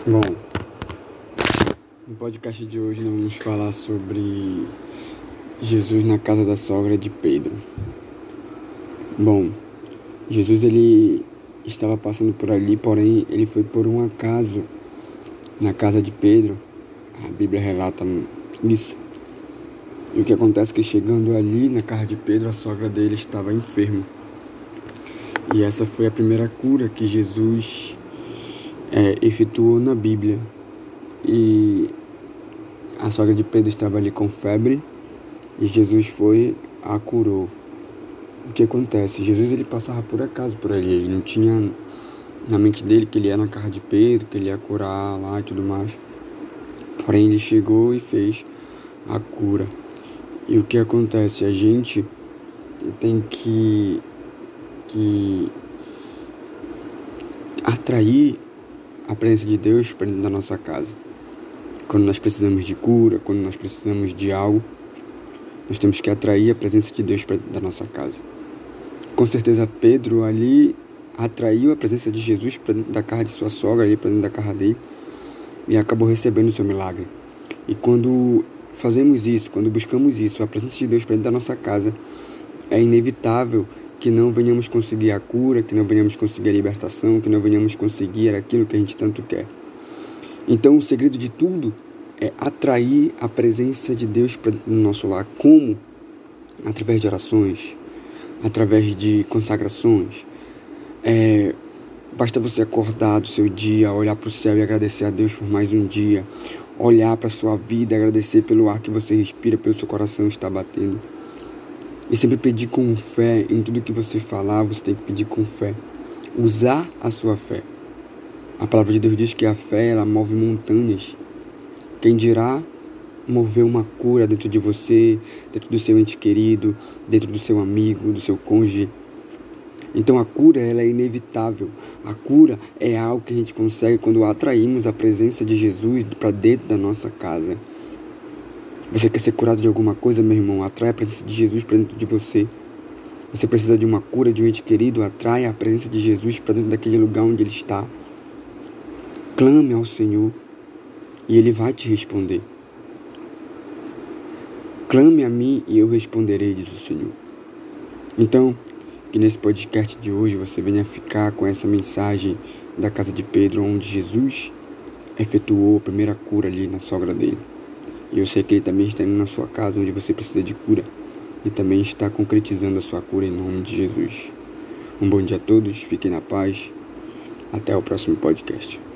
Bom, no podcast de hoje nós vamos falar sobre Jesus na casa da sogra de Pedro. Bom, Jesus ele estava passando por ali, porém ele foi por um acaso na casa de Pedro. A Bíblia relata isso. E o que acontece é que chegando ali na casa de Pedro, a sogra dele estava enferma. E essa foi a primeira cura que Jesus efetuou na Bíblia. E a sogra de Pedro estava ali com febre e Jesus foi a curou. O que acontece? Jesus ele passava por acaso por ali, ele não tinha na mente dele que ele ia na casa de Pedro, que ele ia curar lá e tudo mais. Porém ele chegou e fez a cura. E o que acontece? A gente tem que atrair a presença de Deus para dentro da nossa casa. Quando nós precisamos de cura, quando nós precisamos de algo, nós temos que atrair a presença de Deus para dentro da nossa casa. Com certeza Pedro ali atraiu a presença de Jesus para dentro da casa de sua sogra, ali para dentro da casa dele, e acabou recebendo o seu milagre. E quando fazemos isso, quando buscamos isso, a presença de Deus para dentro da nossa casa, é inevitável que não venhamos conseguir a cura, que não venhamos conseguir a libertação, que não venhamos conseguir aquilo que a gente tanto quer. Então o segredo de tudo é atrair a presença de Deus para dentro do nosso lar. Como? Através de orações, através de consagrações. Basta você acordar do seu dia, olhar para o céu e agradecer a Deus por mais um dia. Olhar para a sua vida e agradecer pelo ar que você respira, pelo seu coração estar batendo. E sempre pedir com fé em tudo que você falar, você tem que pedir com fé. Usar a sua fé. A palavra de Deus diz que a fé, ela move montanhas. Quem dirá mover uma cura dentro de você, dentro do seu ente querido, dentro do seu amigo, do seu cônjuge. Então a cura, ela é inevitável. A cura é algo que a gente consegue quando atraímos a presença de Jesus para dentro da nossa casa. Você quer ser curado de alguma coisa, meu irmão? Atrai a presença de Jesus para dentro de você. Você precisa de uma cura de um ente querido? Atrai a presença de Jesus para dentro daquele lugar onde ele está. Clame ao Senhor e Ele vai te responder. Clame a mim e eu responderei, diz o Senhor. Então, que nesse podcast de hoje você venha ficar com essa mensagem da casa de Pedro, onde Jesus efetuou a primeira cura ali na sogra dele. E eu sei que Ele também está indo na sua casa, onde você precisa de cura, e também está concretizando a sua cura em nome de Jesus. Um bom dia a todos, fiquem na paz. Até o próximo podcast.